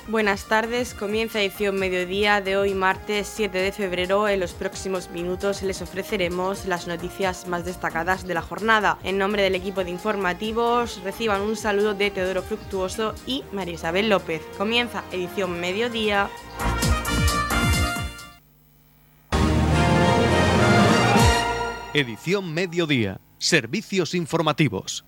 Buenas tardes, comienza edición mediodía de hoy martes 7 de febrero. En los próximos minutos les ofreceremos las noticias más destacadas de la jornada. En nombre del equipo de informativos reciban un saludo de Teodoro Fructuoso y María Isabel López. Comienza edición mediodía. Edición mediodía. Servicios informativos.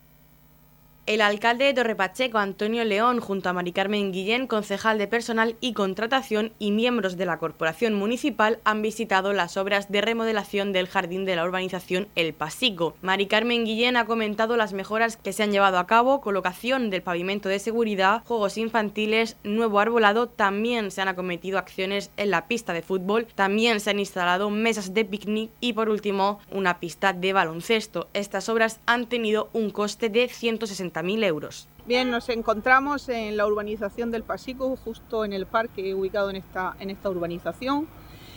El alcalde de Torre Pacheco, Antonio León, junto a Mari Carmen Guillén, concejal de Personal y Contratación, y miembros de la Corporación Municipal, han visitado las obras de remodelación del jardín de la urbanización El Pasico. Mari Carmen Guillén ha comentado las mejoras que se han llevado a cabo: colocación del pavimento de seguridad, juegos infantiles, nuevo arbolado. También se han acometido acciones en la pista de fútbol, también se han instalado mesas de picnic y, por último, una pista de baloncesto. Estas obras han tenido un coste de 160.000 euros. Bien, nos encontramos en la urbanización del Pasico, justo en el parque ubicado en esta urbanización.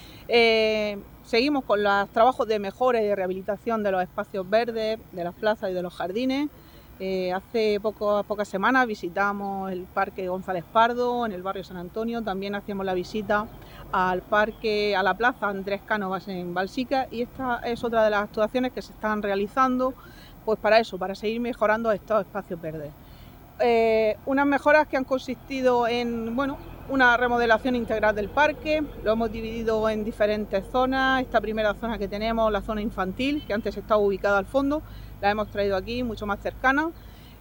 Seguimos con los trabajos de mejora y de rehabilitación de los espacios verdes, de las plazas y de los jardines. Hace pocas semanas visitamos el Parque González Pardo en el barrio San Antonio. También hacíamos la visita a la plaza Andrés Cánovas en Balsica, y esta es otra de las actuaciones que se están realizando pues para seguir mejorando estos espacios verdes. Unas mejoras que han consistido en una remodelación integral del parque. Lo hemos dividido en diferentes zonas. Esta primera zona que tenemos, la zona infantil, que antes estaba ubicada al fondo, la hemos traído aquí mucho más cercana.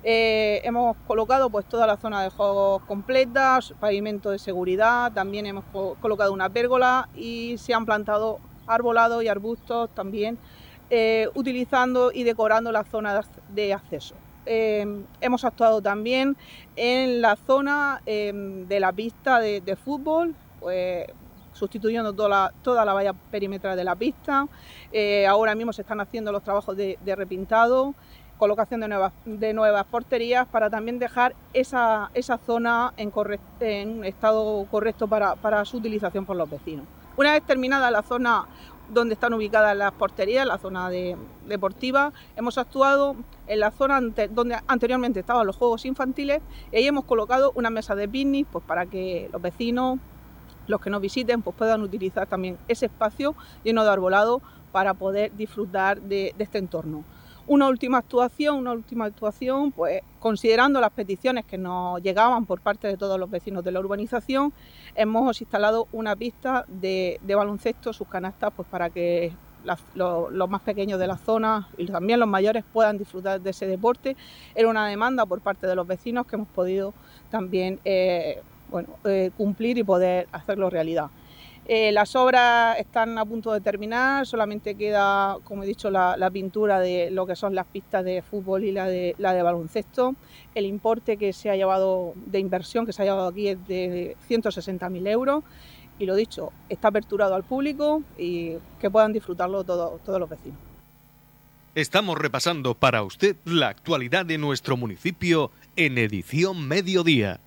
Hemos colocado pues toda la zona de juegos completa, pavimento de seguridad, también hemos colocado una pérgola y se han plantado arbolado y arbustos también, utilizando y decorando la zona de acceso. Hemos actuado también en la zona de la pista de fútbol, pues sustituyendo toda la valla perimetral de la pista. Ahora mismo se están haciendo los trabajos de repintado, colocación de nuevas porterías, para también dejar esa zona en estado correcto para su utilización por los vecinos. Una vez terminada la zona donde están ubicadas las porterías, la zona deportiva, hemos actuado en la zona donde anteriormente estaban los juegos infantiles, y ahí hemos colocado una mesa de picnic pues para que los vecinos, los que nos visiten, pues puedan utilizar también ese espacio lleno de arbolado para poder disfrutar de este entorno. Una última actuación, pues considerando las peticiones que nos llegaban por parte de todos los vecinos de la urbanización, hemos instalado una pista de baloncesto, sus canastas, pues para que los más pequeños de la zona y también los mayores puedan disfrutar de ese deporte. Era una demanda por parte de los vecinos que hemos podido también cumplir y poder hacerlo realidad. Las obras están a punto de terminar, solamente queda, como he dicho, la pintura de lo que son las pistas de fútbol y la de baloncesto. El importe que se ha llevado de inversión, que se ha llevado aquí, es de 160.000 euros. Y lo dicho, está aperturado al público y que puedan disfrutarlo todos los vecinos. Estamos repasando para usted la actualidad de nuestro municipio en edición mediodía.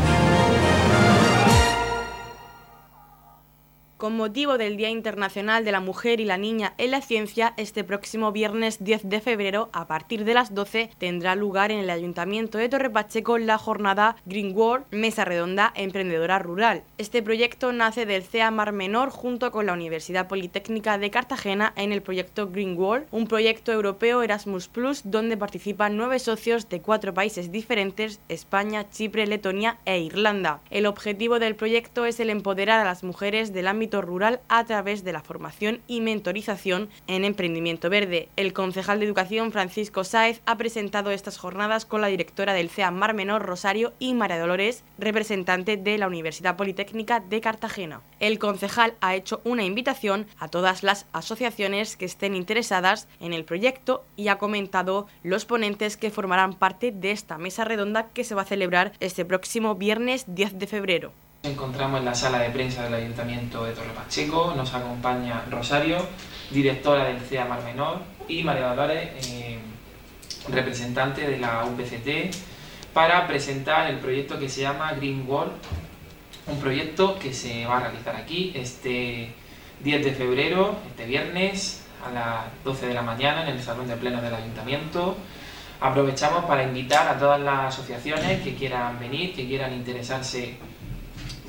Con motivo del Día Internacional de la Mujer y la Niña en la Ciencia, este próximo viernes 10 de febrero, a partir de las 12, tendrá lugar en el Ayuntamiento de Torre Pacheco la jornada Green World, Mesa Redonda Emprendedora Rural. Este proyecto nace del CEA Mar Menor junto con la Universidad Politécnica de Cartagena en el proyecto Green World, un proyecto europeo Erasmus+, donde participan 9 socios de 4 países diferentes: España, Chipre, Letonia e Irlanda. El objetivo del proyecto es el empoderar a las mujeres del ámbito rural a través de la formación y mentorización en emprendimiento verde. El concejal de Educación, Francisco Sáez, ha presentado estas jornadas con la directora del CEA Mar Menor, Rosario, y María Dolores, representante de la Universidad Politécnica de Cartagena. El concejal ha hecho una invitación a todas las asociaciones que estén interesadas en el proyecto y ha comentado los ponentes que formarán parte de esta mesa redonda que se va a celebrar este próximo viernes 10 de febrero. Nos encontramos en la sala de prensa del Ayuntamiento de Torre Pacheco. Nos acompaña Rosario, directora del CEA Mar Menor, y María Dolores, representante de la UPCT, para presentar el proyecto que se llama Green World, un proyecto que se va a realizar aquí este 10 de febrero, este viernes, a las 12 de la mañana, en el Salón de Plenos del Ayuntamiento. Aprovechamos para invitar a todas las asociaciones que quieran venir, que quieran interesarse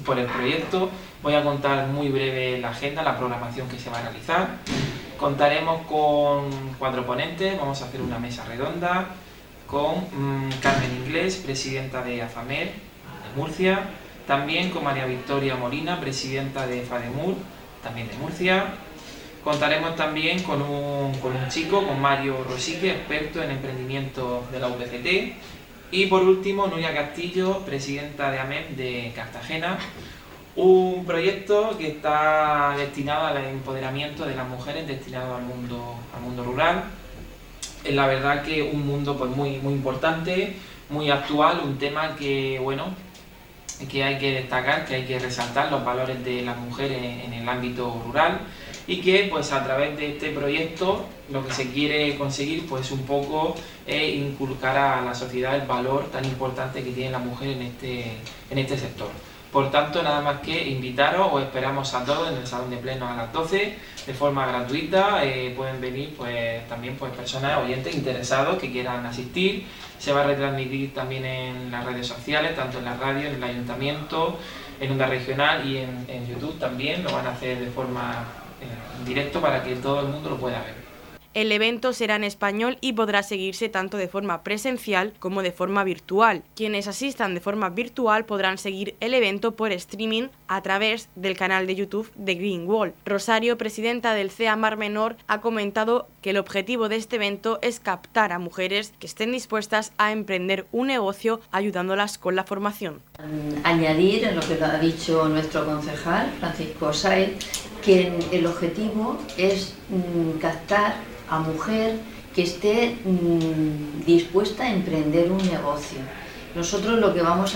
por el proyecto. Voy a contar muy breve la agenda, la programación que se va a realizar. Contaremos con 4 ponentes, vamos a hacer una mesa redonda con Carmen Inglés, presidenta de AFAMER de Murcia, también con María Victoria Molina, presidenta de FADEMUR, también de Murcia. Contaremos también con un chico, con Mario Rosique, experto en emprendimiento de la UPCT. Y por último, Nuria Castillo, presidenta de AMEP de Cartagena. Un proyecto que está destinado al empoderamiento de las mujeres, destinado al mundo rural. Es la verdad que un mundo pues muy importante, muy actual, un tema que que hay que destacar, que hay que resaltar los valores de las mujeres en el ámbito rural, y que pues a través de este proyecto lo que se quiere conseguir pues un poco es inculcar a la sociedad el valor tan importante que tiene la mujer en este sector. Por tanto, nada más que invitaros, os esperamos a todos en el salón de plenos a las 12 de forma gratuita. Pueden venir pues también pues personas, oyentes interesados que quieran asistir. Se va a retransmitir también en las redes sociales, tanto en la radio, en el ayuntamiento, en Onda Regional y en YouTube también. Lo van a hacer de forma en directo para que todo el mundo lo pueda ver. El evento será en español y podrá seguirse tanto de forma presencial como de forma virtual. Quienes asistan de forma virtual podrán seguir el evento por streaming a través del canal de YouTube de Green Wall. Rosario, presidenta del CEA Mar Menor, ha comentado que el objetivo de este evento es captar a mujeres que estén dispuestas a emprender un negocio ayudándolas con la formación. Añadir en lo que ha dicho nuestro concejal, Francisco Sáez, que el objetivo es captar a mujer que esté dispuesta a emprender un negocio. Nosotros lo que vamos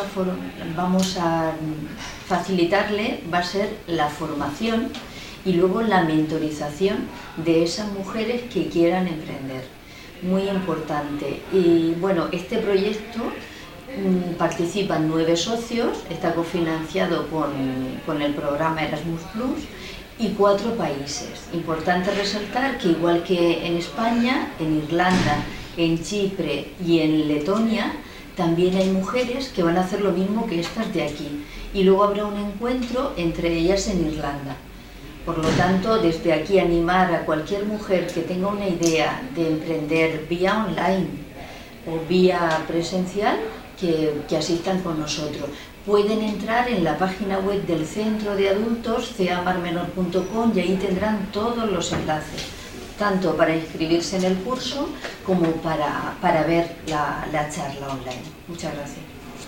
a facilitarle va a ser la formación y luego la mentorización de esas mujeres que quieran emprender. Muy importante. Y bueno, este proyecto participan 9 socios, está cofinanciado con el programa Erasmus Plus, y 4 países. Importante resaltar que igual que en España, en Irlanda, en Chipre y en Letonia, también hay mujeres que van a hacer lo mismo que estas de aquí. Y luego habrá un encuentro entre ellas en Irlanda. Por lo tanto, desde aquí animar a cualquier mujer que tenga una idea de emprender vía online o vía presencial, que asistan con nosotros. Pueden entrar en la página web del Centro de Adultos, ceamarmenor.com, y ahí tendrán todos los enlaces, tanto para inscribirse en el curso como para ver la charla online. Muchas gracias.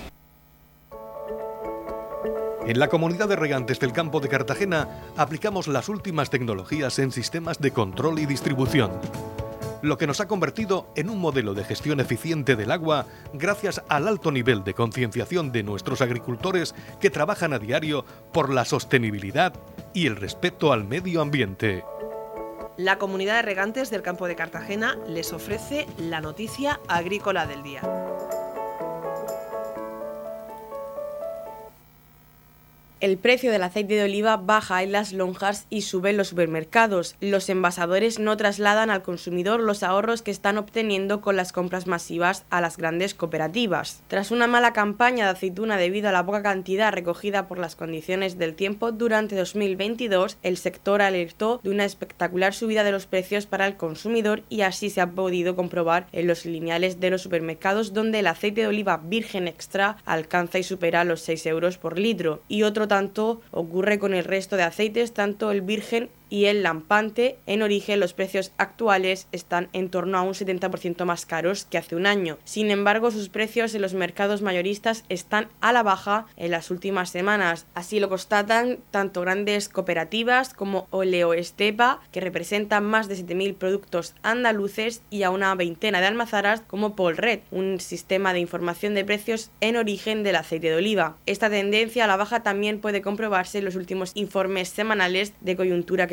En la Comunidad de Regantes del Campo de Cartagena aplicamos las últimas tecnologías en sistemas de control y distribución, lo que nos ha convertido en un modelo de gestión eficiente del agua gracias al alto nivel de concienciación de nuestros agricultores que trabajan a diario por la sostenibilidad y el respeto al medio ambiente. La Comunidad de Regantes del Campo de Cartagena les ofrece la noticia agrícola del día. El precio del aceite de oliva baja en las lonjas y sube en los supermercados. Los envasadores no trasladan al consumidor los ahorros que están obteniendo con las compras masivas a las grandes cooperativas. Tras una mala campaña de aceituna debido a la poca cantidad recogida por las condiciones del tiempo durante 2022, el sector alertó de una espectacular subida de los precios para el consumidor, y así se ha podido comprobar en los lineales de los supermercados, donde el aceite de oliva virgen extra alcanza y supera los 6 euros por litro. Y otro tanto ocurre con el resto de aceites, tanto el virgen y el lampante. En origen, los precios actuales están en torno a un 70% más caros que hace un año. Sin embargo, sus precios en los mercados mayoristas están a la baja en las últimas semanas. Así lo constatan tanto grandes cooperativas como Oleoestepa, que representan más de 7.000 productos andaluces, y a una veintena de almazaras como Polred, un sistema de información de precios en origen del aceite de oliva. Esta tendencia a la baja también puede comprobarse en los últimos informes semanales de coyuntura que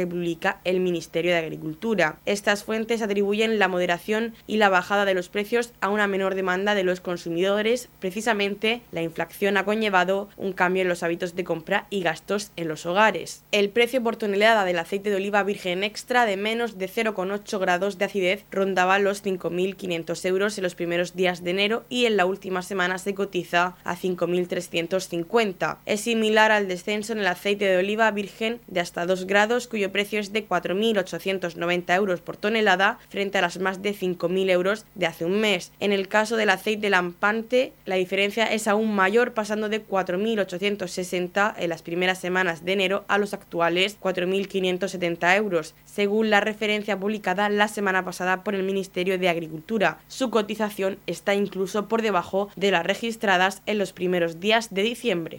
que publica el Ministerio de Agricultura. Estas fuentes atribuyen la moderación y la bajada de los precios a una menor demanda de los consumidores. Precisamente, la inflación ha conllevado un cambio en los hábitos de compra y gastos en los hogares. El precio por tonelada del aceite de oliva virgen extra de menos de 0,8 grados de acidez rondaba los 5.500 euros en los primeros días de enero y en la última semana se cotiza a 5.350. Es similar al descenso en el aceite de oliva virgen de hasta 2 grados, cuyo precio es de 4.890 euros por tonelada frente a las más de 5.000 euros de hace un mes. En el caso del aceite lampante, la diferencia es aún mayor, pasando de 4.860 en las primeras semanas de enero a los actuales 4.570 euros, según la referencia publicada la semana pasada por el Ministerio de Agricultura. Su cotización está incluso por debajo de las registradas en los primeros días de diciembre.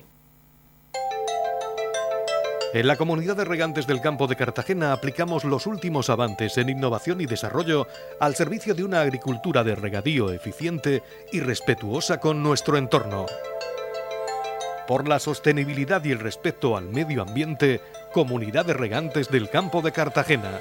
En la Comunidad de Regantes del Campo de Cartagena aplicamos los últimos avances en innovación y desarrollo al servicio de una agricultura de regadío eficiente y respetuosa con nuestro entorno. Por la sostenibilidad y el respeto al medio ambiente, Comunidad de Regantes del Campo de Cartagena.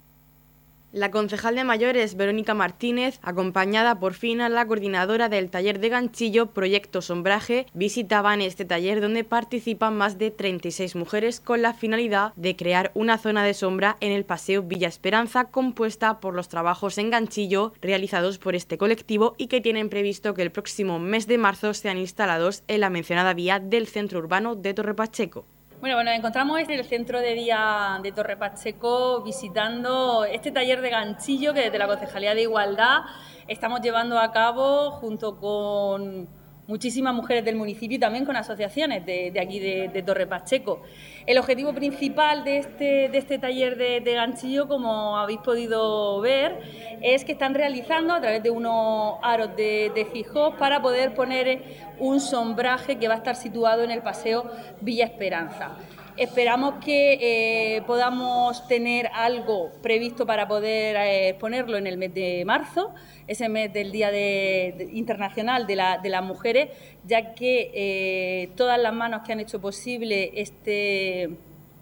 La concejal de Mayores, Verónica Martínez, acompañada por Fina, la coordinadora del taller de ganchillo Proyecto Sombraje, visitaban este taller donde participan más de 36 mujeres con la finalidad de crear una zona de sombra en el Paseo Villa Esperanza, compuesta por los trabajos en ganchillo realizados por este colectivo y que tienen previsto que el próximo mes de marzo sean instalados en la mencionada vía del centro urbano de Torre Pacheco. Bueno, nos encontramos en el centro de día de Torre Pacheco visitando este taller de ganchillo que desde la Concejalía de Igualdad estamos llevando a cabo junto con muchísimas mujeres del municipio y también con asociaciones de aquí de Torre Pacheco. El objetivo principal de este taller de ganchillo, como habéis podido ver, es que están realizando a través de unos aros de Gijón para poder poner un sombraje que va a estar situado en el Paseo Villa Esperanza. Esperamos que podamos tener algo previsto para poder ponerlo en el mes de marzo, ese mes del Día Internacional de las Mujeres, ya que todas las manos que han hecho posible este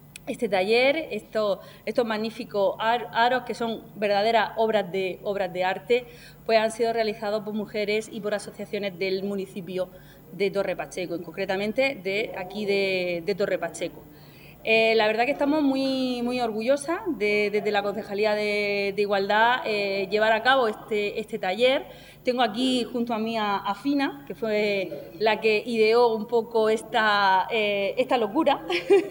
taller, estos magníficos aros que son verdaderas obras de arte, pues han sido realizados por mujeres y por asociaciones del municipio de Torre Pacheco, concretamente de aquí de Torre Pacheco. La verdad que estamos muy orgullosas desde la Concejalía de Igualdad llevar a cabo este taller. Tengo aquí junto a mí a Fina, que fue la que ideó un poco esta locura,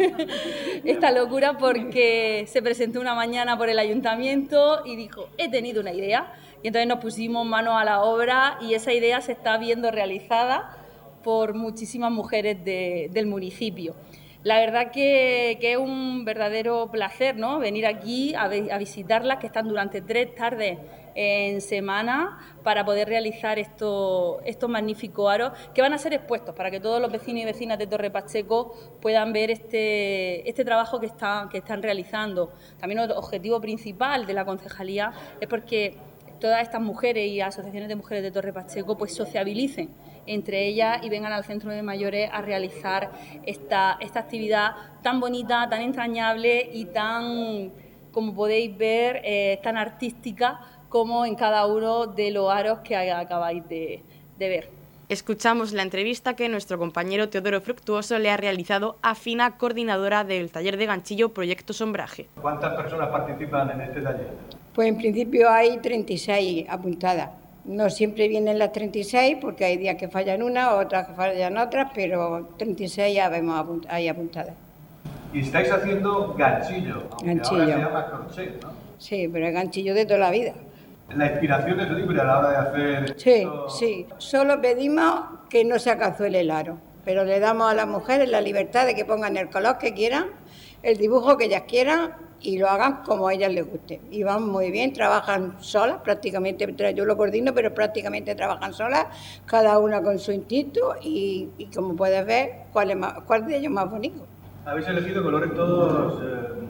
esta locura porque se presentó una mañana por el ayuntamiento y dijo, he tenido una idea, y entonces nos pusimos manos a la obra y esa idea se está viendo realizada por muchísimas mujeres del municipio. La verdad que es un verdadero placer, ¿no?, venir aquí a visitarlas, que están durante 3 tardes en semana para poder realizar estos magníficos aros que van a ser expuestos para que todos los vecinos y vecinas de Torre Pacheco puedan ver este trabajo que están realizando. También el objetivo principal de la concejalía es porque todas estas mujeres y asociaciones de mujeres de Torre Pacheco pues sociabilicen entre ellas y vengan al centro de mayores a realizar esta actividad tan bonita, tan entrañable y tan, como podéis ver, tan artística como en cada uno de los aros que acabáis de ver. Escuchamos la entrevista que nuestro compañero Teodoro Fructuoso le ha realizado a Fina, coordinadora del taller de ganchillo Proyecto Sombraje. ¿Cuántas personas participan en este taller? Pues en principio hay 36 apuntadas. No siempre vienen las 36 porque hay días que fallan una, otras que fallan otras, pero 36 ya vemos ahí apuntadas. Y estáis haciendo ganchillo, aunque ganchillo. Ahora se llama crochet, ¿no? Sí, pero es ganchillo de toda la vida. La inspiración es libre a la hora de hacer... Sí, esto... sí. Solo pedimos que no se acazuele el aro, pero le damos a las mujeres la libertad de que pongan el color que quieran, el dibujo que ellas quieran y lo hagan como a ellas les guste. Y van muy bien, trabajan solas, prácticamente, yo lo coordino, pero prácticamente trabajan solas, cada una con su instinto y como puedes ver, cuál de ellos es más bonito. Habéis elegido colores todos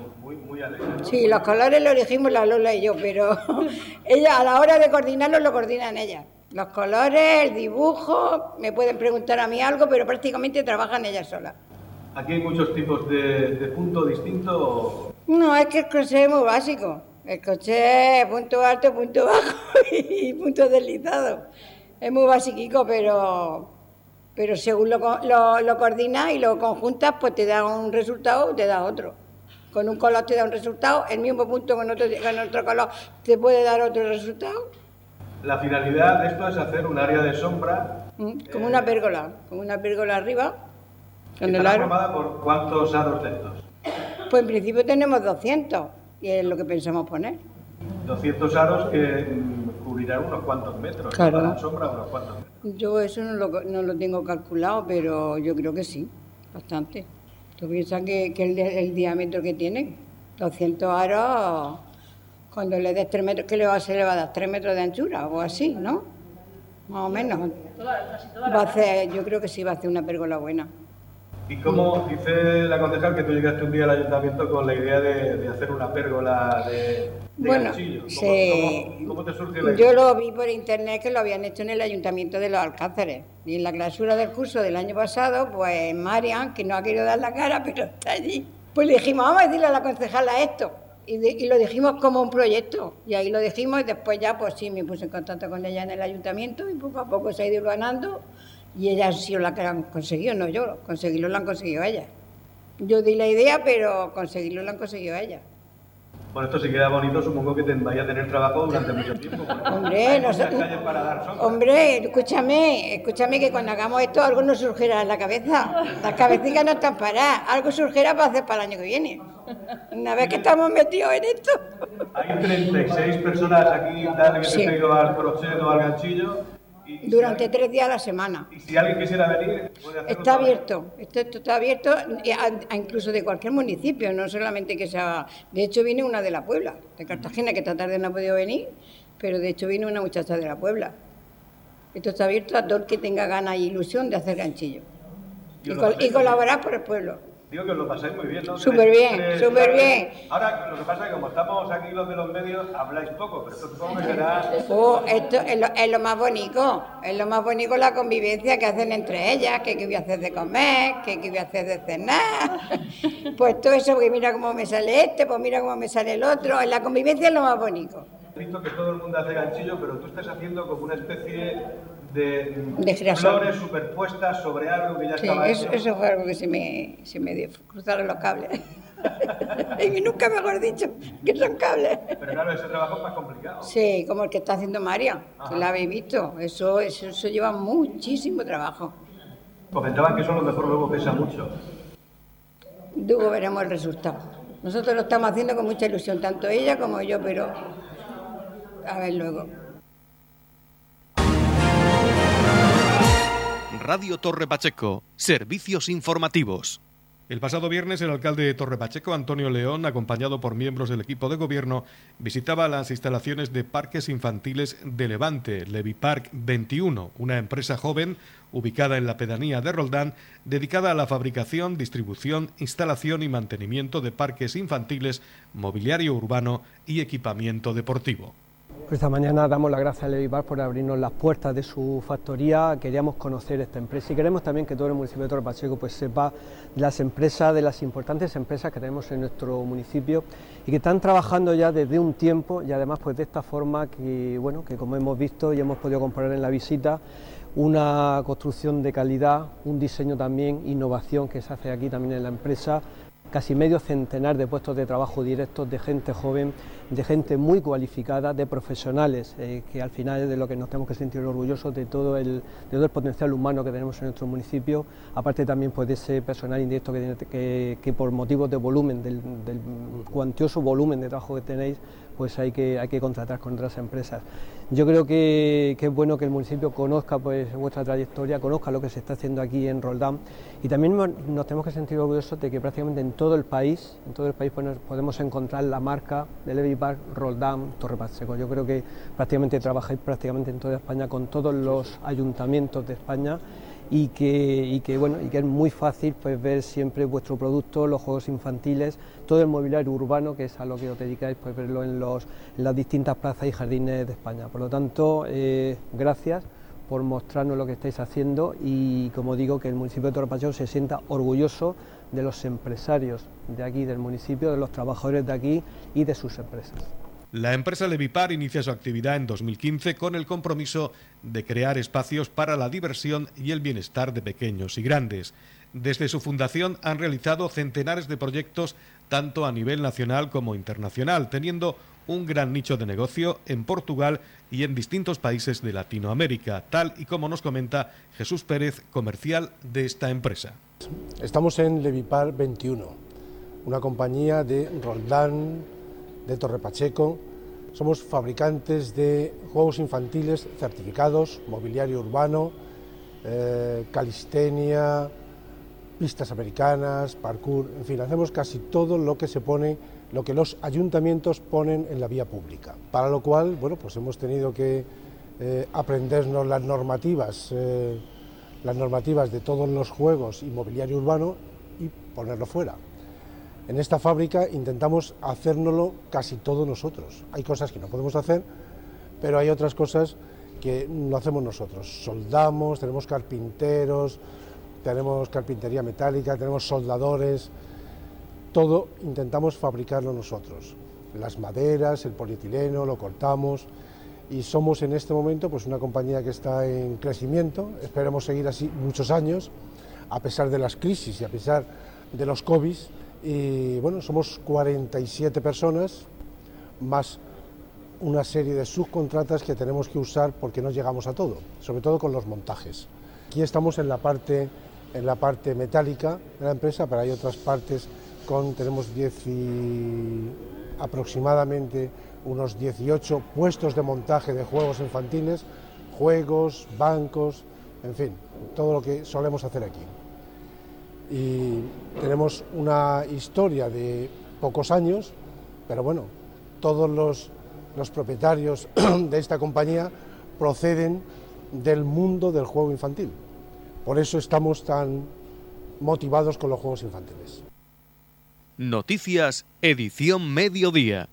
muy alegres, ¿no? Sí, los colores los elegimos la Lola y yo, pero ellas a la hora de coordinarlos lo coordinan ellas. Los colores, el dibujo, me pueden preguntar a mí algo, pero prácticamente trabajan ellas solas. ¿Aquí hay muchos tipos de punto distinto? No, es que el crochet es muy básico. El crochet es punto alto, punto bajo y punto deslizado. Es muy basiquico, pero según lo coordinas y lo conjuntas, pues te da un resultado o te da otro. Con un color te da un resultado, el mismo punto con otro color te puede dar otro resultado. La finalidad de esto es hacer un área de sombra. Como una pérgola arriba. ¿Está formada por cuántos aros de estos? Pues en principio tenemos 200 y es lo que pensamos poner. 200 aros que cubrirán unos cuantos metros, claro. Para la sombra unos cuantos metros. Yo eso no lo tengo calculado, pero yo creo que sí, bastante. ¿Tú piensas que el diámetro que tiene? 200 aros, cuando le des 3 metros, ¿qué se le va a dar? 3 metros de anchura o así, ¿no? Más o menos. Yo creo que sí va a hacer una pérgola buena. ¿Y cómo dice la concejal que tú llegaste un día al ayuntamiento con la idea de hacer una pérgola de ganchillo? ¿Cómo te surge la idea? Yo lo vi por internet que lo habían hecho en el ayuntamiento de Los Alcázares. Y en la clausura del curso del año pasado, pues Marian, que no ha querido dar la cara, pero está allí, pues le dijimos, vamos a decirle a la concejala esto. Y lo dijimos como un proyecto. Y ahí lo dijimos y después ya, pues sí, me puse en contacto con ella en el ayuntamiento y poco a poco se ha ido ganando. Y ella ha sido la que lo han conseguido, no yo. Conseguirlo lo han conseguido ella. Yo di la idea, pero conseguirlo lo han conseguido ella. Bueno, esto si queda bonito, supongo que vaya a tener trabajo durante mucho tiempo. Hombre, escúchame que cuando hagamos esto algo nos surgirá en la cabeza. Las cabecitas no están paradas. Algo surgirá para hacer para el año que viene. Una vez que estamos metidos en esto. Hay 36 personas aquí que se han ido al crochet o al ganchillo. Durante 3 días a la semana. ¿Y si alguien quisiera venir, puede hacerlo? Está abierto. Esto está abierto incluso de cualquier municipio, no solamente que sea... De hecho, viene una de la Puebla, de Cartagena, que esta tarde no ha podido venir, pero de hecho viene una muchacha de la Puebla. Esto está abierto a todo el que tenga ganas y ilusión de hacer ganchillo. Y colaborar por el pueblo. Digo que os lo pasáis muy bien, ¿no? Súper bien. Ahora, lo que pasa es que como estamos aquí los de los medios, habláis poco, pero esto supongo que será... Esto es lo más bonito. Es lo más bonito la convivencia que hacen entre ellas, que voy a hacer de comer, que voy a hacer de cenar. Pues todo eso, porque mira cómo me sale pues mira cómo me sale el otro. La convivencia es lo más bonito. He visto que todo el mundo hace ganchillo, pero tú estás haciendo como una especie de girasol. Flores superpuestas sobre algo que ya estaba hecho. Eso fue algo que se me cruzaron los cables. Y nunca mejor dicho, que son cables. Pero claro, ese trabajo es más complicado. Sí, como el que está haciendo María, que la habéis visto. Eso lleva muchísimo trabajo. Comentaban que eso a lo mejor luego pesa mucho. Luego veremos el resultado. Nosotros lo estamos haciendo con mucha ilusión, tanto ella como yo, pero a ver luego. Radio Torre Pacheco, servicios informativos. El pasado viernes, el alcalde de Torre Pacheco, Antonio León, acompañado por miembros del equipo de gobierno, visitaba las instalaciones de Parques Infantiles de Levante, Levipark 21, una empresa joven ubicada en la pedanía de Roldán, dedicada a la fabricación, distribución, instalación y mantenimiento de parques infantiles, mobiliario urbano y equipamiento deportivo. Pues esta mañana damos las gracias a Levipark por abrirnos las puertas de su factoría. Queríamos conocer esta empresa y queremos también que todo el municipio de Torre Pacheco pues sepa de las empresas, de las importantes empresas que tenemos en nuestro municipio y que están trabajando ya desde un tiempo y además pues de esta forma que bueno, que como hemos visto y hemos podido comprobar en la visita, una construcción de calidad, un diseño también, innovación que se hace aquí también en la empresa. Casi medio centenar de puestos de trabajo directos de gente joven, de gente muy cualificada, de profesionales, que al final es de lo que nos tenemos que sentir orgullosos de todo el potencial humano que tenemos en nuestro municipio, aparte también pues, de ese personal indirecto que por motivos de volumen, del cuantioso volumen de trabajo que tenéis, pues hay que contratar con otras empresas. Yo creo que es bueno que el municipio conozca pues, vuestra trayectoria, conozca lo que se está haciendo aquí en Roldán y también nos tenemos que sentir orgullosos de que prácticamente en todo el país pues, podemos encontrar la marca de Levipark, Roldán, Torre Pacheco. Yo creo que prácticamente trabajáis en toda España con todos los ayuntamientos de España y que es muy fácil pues, ver siempre vuestro producto, los juegos infantiles, todo el mobiliario urbano, que es a lo que os dedicáis, pues verlo en las distintas plazas y jardines de España. Por lo tanto, gracias por mostrarnos lo que estáis haciendo y, como digo, que el municipio de Torre Pacheco se sienta orgulloso de los empresarios de aquí, del municipio, de los trabajadores de aquí y de sus empresas. La empresa Levipar inicia su actividad en 2015 con el compromiso de crear espacios para la diversión y el bienestar de pequeños y grandes. Desde su fundación han realizado centenares de proyectos tanto a nivel nacional como internacional, teniendo un gran nicho de negocio en Portugal y en distintos países de Latinoamérica, tal y como nos comenta Jesús Pérez, comercial de esta empresa. Estamos en Levipar 21, una compañía de Roldán, de Torre Pacheco. Somos fabricantes de juegos infantiles certificados, mobiliario urbano, calistenia, pistas americanas, parkour, en fin, hacemos casi todo lo que se pone, lo que los ayuntamientos ponen en la vía pública. Para lo cual, bueno, pues hemos tenido que aprendernos las normativas de todos los juegos y mobiliario urbano y ponerlo fuera. En esta fábrica intentamos hacérnoslo casi todo nosotros. Hay cosas que no podemos hacer, pero hay otras cosas que lo hacemos nosotros. Soldamos, tenemos carpinteros, tenemos carpintería metálica, tenemos soldadores, todo intentamos fabricarlo nosotros. Las maderas, el polietileno, lo cortamos y somos en este momento pues una compañía que está en crecimiento, esperemos seguir así muchos años, a pesar de las crisis y a pesar de los COVID. Y bueno, somos 47 personas, más una serie de subcontratas que tenemos que usar porque no llegamos a todo, sobre todo con los montajes. Aquí estamos en la parte metálica de la empresa, pero hay otras partes tenemos aproximadamente unos 18 puestos de montaje de juegos infantiles, juegos, bancos, en fin, todo lo que solemos hacer aquí. Y tenemos una historia de pocos años, pero bueno, todos los propietarios de esta compañía proceden del mundo del juego infantil. Por eso estamos tan motivados con los juegos infantiles. Noticias, edición mediodía.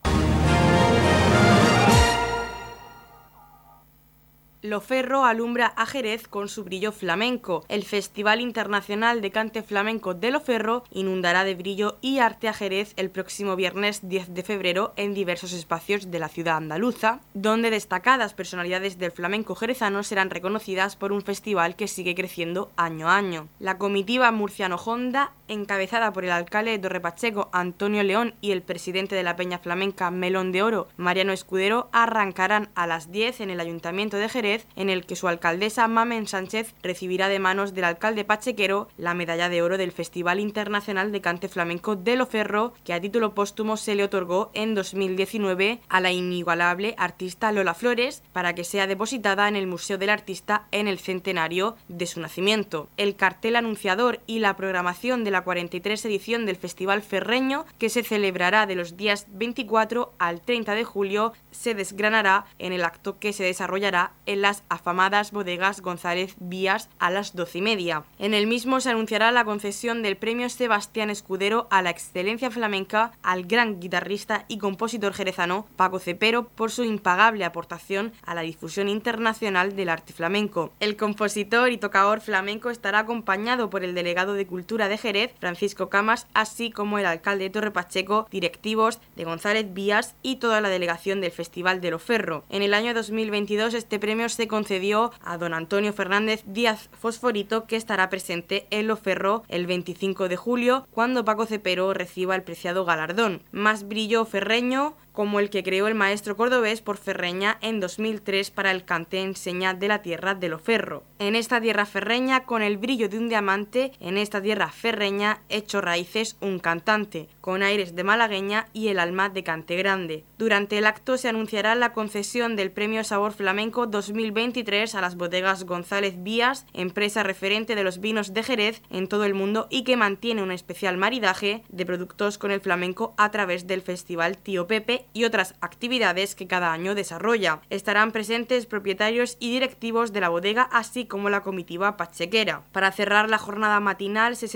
Loferro alumbra a Jerez con su brillo flamenco. El Festival Internacional de Cante Flamenco de Loferro inundará de brillo y arte a Jerez el próximo viernes 10 de febrero en diversos espacios de la ciudad andaluza, donde destacadas personalidades del flamenco jerezano serán reconocidas por un festival que sigue creciendo año a año. La comitiva murciano-honda, encabezada por el alcalde de Torre Pacheco, Antonio León, y el presidente de la Peña Flamenca Melón de Oro, Mariano Escudero, arrancarán a las 10 en el Ayuntamiento de Jerez, en el que su alcaldesa Mamen Sánchez recibirá de manos del alcalde pachequero la medalla de oro del Festival Internacional de Cante Flamenco de Loferro, que a título póstumo se le otorgó en 2019 a la inigualable artista Lola Flores, para que sea depositada en el Museo del Artista en el centenario de su nacimiento. El cartel anunciador y la programación de la 43 edición del Festival Ferreño, que se celebrará de los días 24 al 30 de julio, se desgranará en el acto que se desarrollará en las afamadas bodegas González Vías a las 12:30. En el mismo se anunciará la concesión del premio Sebastián Escudero a la excelencia flamenca al gran guitarrista y compositor jerezano Paco Cepero por su impagable aportación a la difusión internacional del arte flamenco. El compositor y tocador flamenco estará acompañado por el delegado de Cultura de Jerez, Francisco Camas, así como el alcalde de Torre Pacheco, directivos de González Vías y toda la delegación del Festival de Loferro. En el año 2022 este premio se concedió a don Antonio Fernández Díaz Fosforito, que estará presente en Loferro el 25 de julio, cuando Paco Cepero reciba el preciado galardón. Más brillo ferreño, como el que creó el maestro cordobés por Ferreña en 2003 para el cante en seña de la tierra de Loferro. En esta tierra ferreña, con el brillo de un diamante, en esta tierra ferreña, hecho raíces un cantante, con aires de malagueña y el alma de cante grande. Durante el acto se anunciará la concesión del Premio Sabor Flamenco 2023 a las bodegas González Vías, empresa referente de los vinos de Jerez en todo el mundo y que mantiene un especial maridaje de productos con el flamenco a través del Festival Tío Pepe y otras actividades que cada año desarrolla. Estarán presentes propietarios y directivos de la bodega, así como la comitiva pachequera. Para cerrar la jornada matinal se servirá una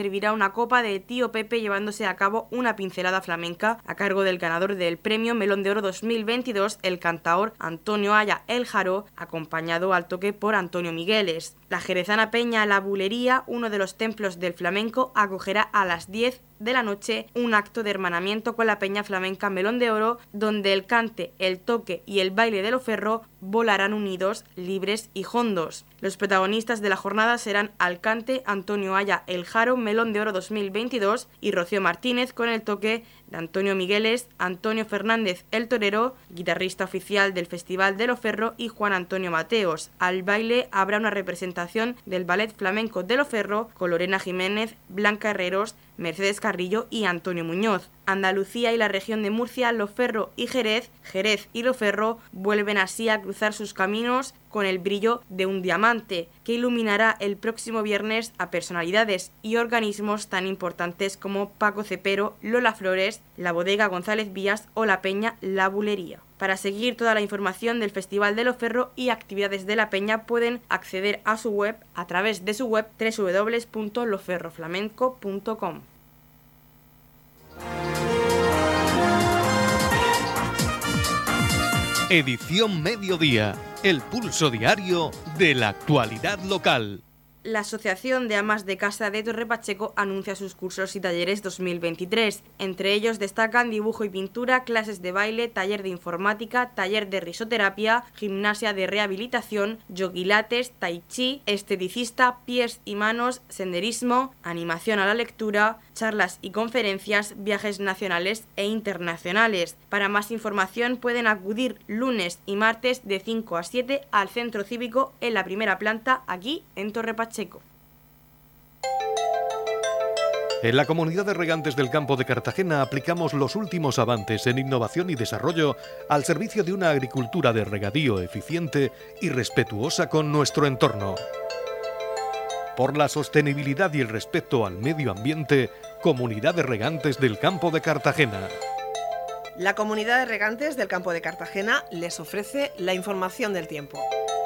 la copa de Tío Pepe, llevándose a cabo una pincelada flamenca a cargo del ganador del premio Melón de Oro 2022, el cantaor Antonio Aya El Jaro, acompañado al toque por Antonio Migueles. La jerezana Peña La Bulería, uno de los templos del flamenco, acogerá a las 10 de la noche un acto de hermanamiento con la Peña Flamenca Melón de Oro, donde el cante, el toque y el baile de lo ferro volarán unidos, libres y jondos. Los protagonistas de la jornada serán Alcante, Antonio Aya El Jaro, Melón de Oro 2022, y Rocío Martínez con el toque de Antonio Migueles, Antonio Fernández El Torero, guitarrista oficial del Festival de lo Ferro, y Juan Antonio Mateos. Al baile habrá una representación del Ballet Flamenco de lo Ferro con Lorena Jiménez, Blanca Herreros, Mercedes Carrillo y Antonio Muñoz. Andalucía y la región de Murcia, Loferro y Jerez y Loferro vuelven así a cruzar sus caminos con el brillo de un diamante, que iluminará el próximo viernes a personalidades y organismos tan importantes como Paco Cepero, Lola Flores, la Bodega González Vías o la Peña La Bulería. Para seguir toda la información del Festival de Loferro y actividades de la Peña pueden acceder a su web a través de su web www.loferroflamenco.com. Edición Mediodía, el pulso diario de la actualidad local. La Asociación de Amas de Casa de Torre Pacheco anuncia sus cursos y talleres 2023. Entre ellos destacan dibujo y pintura, clases de baile, taller de informática, taller de risoterapia, gimnasia de rehabilitación, yogilates, tai chi, esteticista, pies y manos, senderismo, animación a la lectura, charlas y conferencias, viajes nacionales e internacionales. Para más información pueden acudir lunes y martes de 5 a 7 al Centro Cívico en la primera planta, aquí en Torre Pacheco. En la Comunidad de Regantes del Campo de Cartagena aplicamos los últimos avances en innovación y desarrollo al servicio de una agricultura de regadío eficiente y respetuosa con nuestro entorno. Por la sostenibilidad y el respeto al medio ambiente, Comunidad de Regantes del Campo de Cartagena. La Comunidad de Regantes del Campo de Cartagena les ofrece la información del tiempo.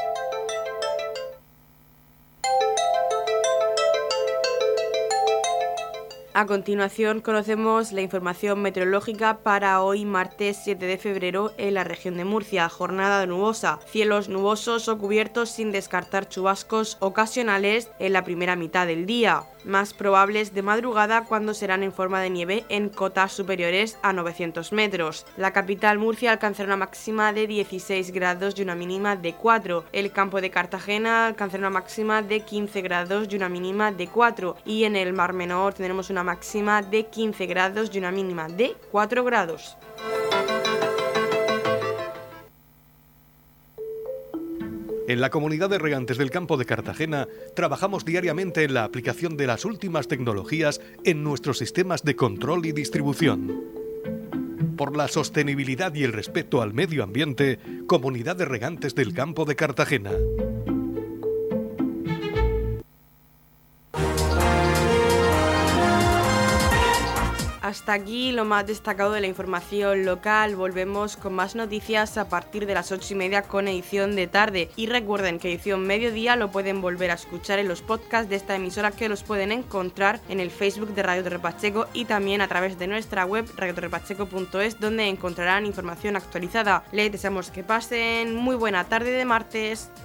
A continuación conocemos la información meteorológica para hoy martes 7 de febrero en la región de Murcia. Jornada nubosa, cielos nubosos o cubiertos sin descartar chubascos ocasionales en la primera mitad del día. Más probables de madrugada cuando serán en forma de nieve en cotas superiores a 900 metros. La capital Murcia alcanzará una máxima de 16 grados y una mínima de 4. El campo de Cartagena alcanzará una máxima de 15 grados y una mínima de 4. Y en el Mar Menor tendremos una máxima de 15 grados y una mínima de 4 grados. En la Comunidad de Regantes del Campo de Cartagena trabajamos diariamente en la aplicación de las últimas tecnologías en nuestros sistemas de control y distribución. Por la sostenibilidad y el respeto al medio ambiente, Comunidad de Regantes del Campo de Cartagena. Hasta aquí lo más destacado de la información local. Volvemos con más noticias a partir de las 8:30 con edición de tarde. Y recuerden que edición mediodía lo pueden volver a escuchar en los podcasts de esta emisora, que los pueden encontrar en el Facebook de Radio Torre Pacheco y también a través de nuestra web radiotorrepacheco.es, donde encontrarán información actualizada. Les deseamos que pasen muy buena tarde de martes.